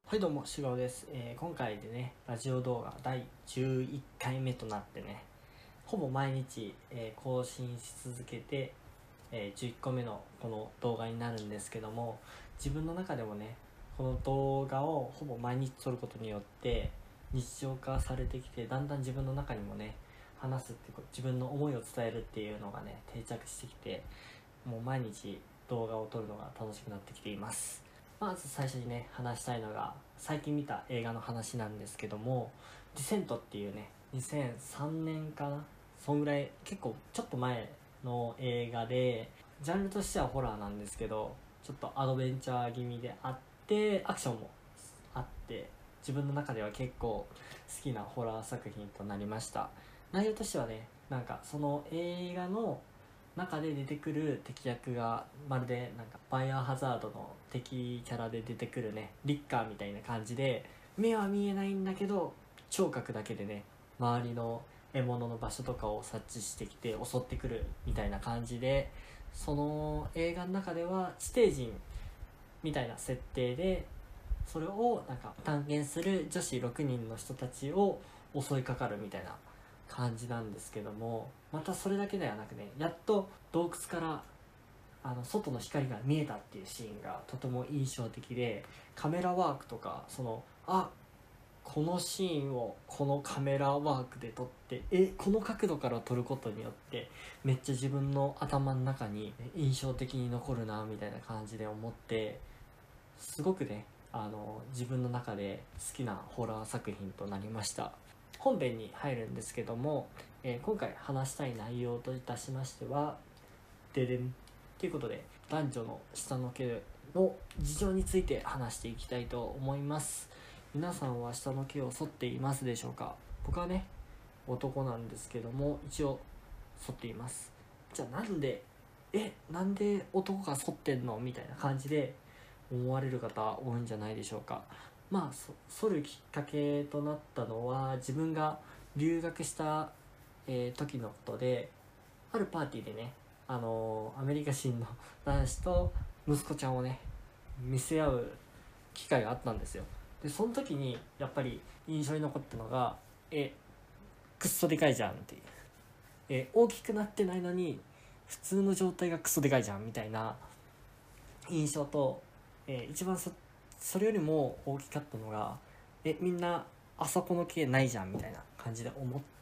はいどうも、しがおです。今回でね、ラジオ動画第11回目となってね、ほぼ毎日、更新し続けて、11個目のこの動画になるんですけども、自分の中でもね、この動画をほぼ毎日撮ることによって日常化されてきて、だんだん自分の中にもね、話すって自分の思いを伝えるっていうのがね、定着してきて、もう毎日動画を撮るのが楽しくなってきています。まず最初にね話したいのが最近見た映画の話なんですけども、ディセントっていうね2003年かな、そんぐらい結構ちょっと前の映画で、ジャンルとしてはホラーなんですけど、ちょっとアドベンチャー気味であってアクションもあって、自分の中では結構好きなホラー作品となりました。内容としてはね、なんかその映画の中で出てくる敵役がまるでなんかバイオハザードの敵キャラで出てくるねリッカーみたいな感じで、目は見えないんだけど聴覚だけでね周りの獲物の場所とかを察知してきて襲ってくるみたいな感じで、その映画の中では地底人みたいな設定で、それをなんか探検する女子6人の人たちを襲いかかるみたいな感じなんですけども、またそれだけではなくね、やっと洞窟から外の光が見えたっていうシーンがとても印象的で、カメラワークとかこのシーンをこのカメラワークで撮って、この角度から撮ることによってめっちゃ自分の頭の中に印象的に残るなみたいな感じで思って、すごくね自分の中で好きなホラー作品となりました。本編に入るんですけども、今回話したい内容といたしましては、ででんということで、男女の下の毛の事情について話していきたいと思います。皆さんは下の毛を剃っていますでしょうか？僕はね男なんですけども、一応剃っています。じゃあなんで男が剃ってんのみたいな感じで思われる方多いんじゃないでしょうか。まあ剃るきっかけとなったのは、自分が留学した、時のことで、あるパーティーでね、アメリカ人の男子と息子ちゃんをね見せ合う機会があったんですよ。でその時にやっぱり印象に残ったのが、くっそでかいじゃんっていう、大きくなってないのに普通の状態がクソでかいじゃんみたいな印象と、一番それよりも大きかったのが、みんなあそこの毛ないじゃんみたいな感じで思って、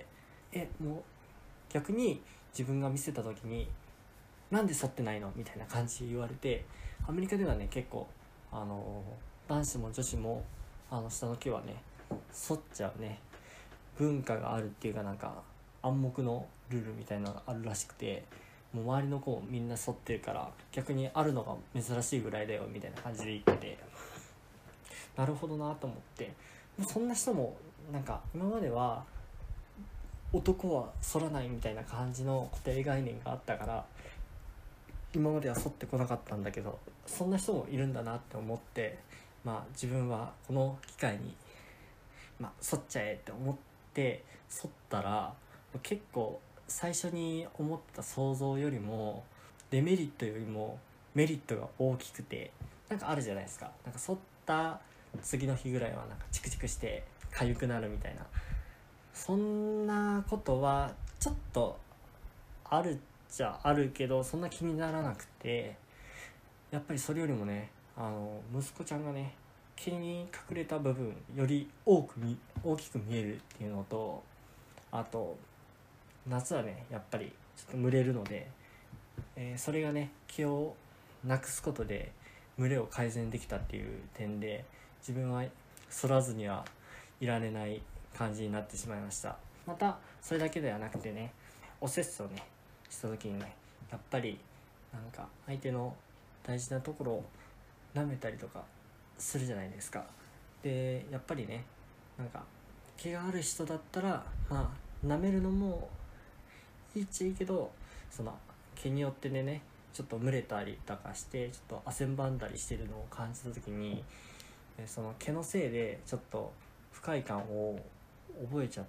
もう逆に自分が見せた時になんで剃ってないのみたいな感じで言われて、アメリカではね結構男子も女子も下の毛はね剃っちゃうね文化があるっていうか、なんか暗黙のルールみたいなのがあるらしくて、もう周りの子もみんな剃ってるから逆にあるのが珍しいぐらいだよみたいな感じで言ってて、なるほどなと思って、そんな人もなんか今までは男は剃らないみたいな感じの固定概念があったから、今までは剃ってこなかったんだけど、そんな人もいるんだなって思って、自分はこの機会に、剃っちゃえって思って剃ったら、結構最初に思った想像よりもデメリットよりもメリットが大きくて、なんかあるじゃないですか、なんか剃った次の日ぐらいはなんかチクチクして痒くなるみたいな、そんなことはちょっとあるっちゃあるけど、そんな気にならなくて、やっぱりそれよりもね、息子ちゃんがね毛に隠れた部分より大きく見えるっていうのと、あと夏はねやっぱりちょっと蒸れるので、それがね毛をなくすことで蒸れを改善できたっていう点で、自分は剃らずにはいられない感じになってしまいました。またそれだけではなくてね、おせっせをねした時にね、やっぱりなんか相手の大事なところを舐めたりとかするじゃないですか。でやっぱりね、なんか毛がある人だったら舐めるのもいいっちゃいいけど、その毛によってねちょっと蒸れたりとかしてちょっと汗ばんだりしてるのを感じた時に、その毛のせいでちょっと不快感を覚えちゃって、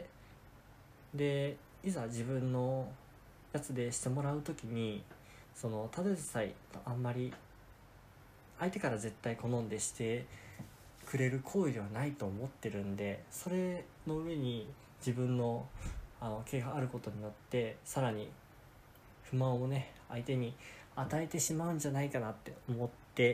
でいざ自分のやつでしてもらう時に、ただでさえあんまり相手から絶対好んでして触れる行為ではないと思ってるんで、それの上に自分の毛があることによってさらに不満をね相手に与えてしまうんじゃないかなって思って、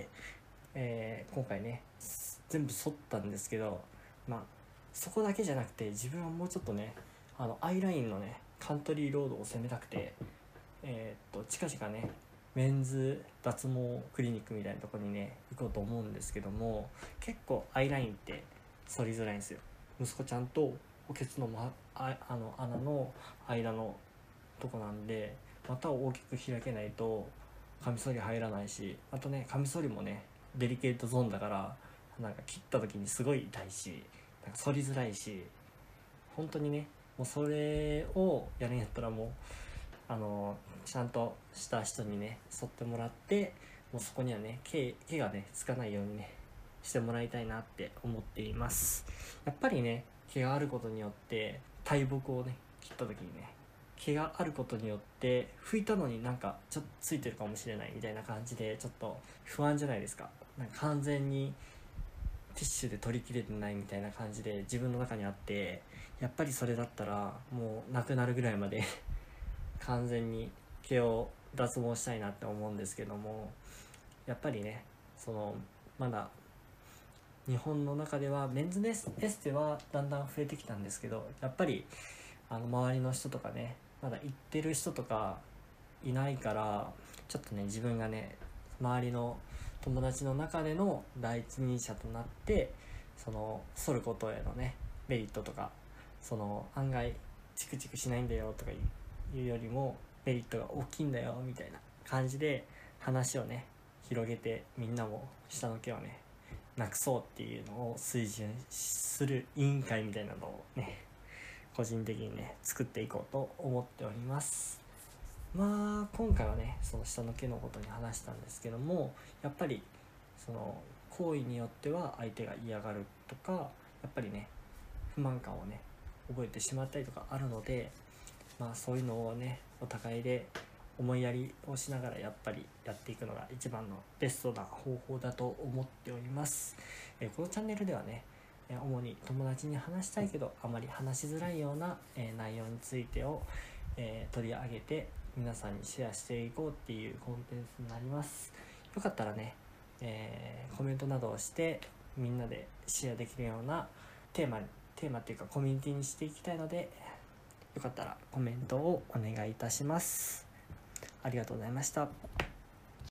今回ね全部剃ったんですけど、そこだけじゃなくて自分はもうちょっとねアイラインのねカントリーロードを攻めたくて、近々ねメンズ脱毛クリニックみたいなところにね行こうと思うんですけども、結構アイラインって剃りづらいんですよ。息子ちゃんとおけつの、穴の間のとこなんで、股を大きく開けないとカミソリ入らないし、あとねカミソリもねデリケートゾーンだからなんか切った時にすごい痛いし、なんか反りづらいし、本当にねもうそれをやるんやったらもうちゃんとした人にね剃ってもらって、もうそこにはね毛がねつかないようにねしてもらいたいなって思っています。やっぱりね毛があることによって大木をね切った時にね毛があることによって拭いたのになんかちょっとついてるかもしれないみたいな感じでちょっと不安じゃないですか。なんか完全にティッシュで取り切れてないみたいな感じで自分の中にあって、やっぱりそれだったらもうなくなるぐらいまで完全に毛を脱毛したいなって思うんですけども、やっぱりねまだ日本の中ではメンズエステはだんだん増えてきたんですけど、やっぱり周りの人とかねまだ行ってる人とかいないから、ちょっとね自分がね周りの友達の中での第一人者となって剃ることへのねメリットとか、案外チクチクしないんだよとかいうよりもメリットが大きいんだよみたいな感じで話をね広げて、みんなも下の毛をねなくそうっていうのを推進する委員会みたいなのをね個人的にね作っていこうと思っております。今回はねその下の毛のことに話したんですけども、やっぱり行為によっては相手が嫌がるとか、やっぱりね不満感をね覚えてしまったりとかあるので、そういうのをねお互いで思いやりをしながらやっぱりやっていくのが一番のベストな方法だと思っております。このチャンネルではね主に友達に話したいけどあまり話しづらいような内容についてを取り上げて皆さんにシェアしていこうっていうコンテンツになります。よかったらね、コメントなどをしてみんなでシェアできるようなテーマっていうかコミュニティにしていきたいので、よかったらコメントをお願いいたします。ありがとうございました。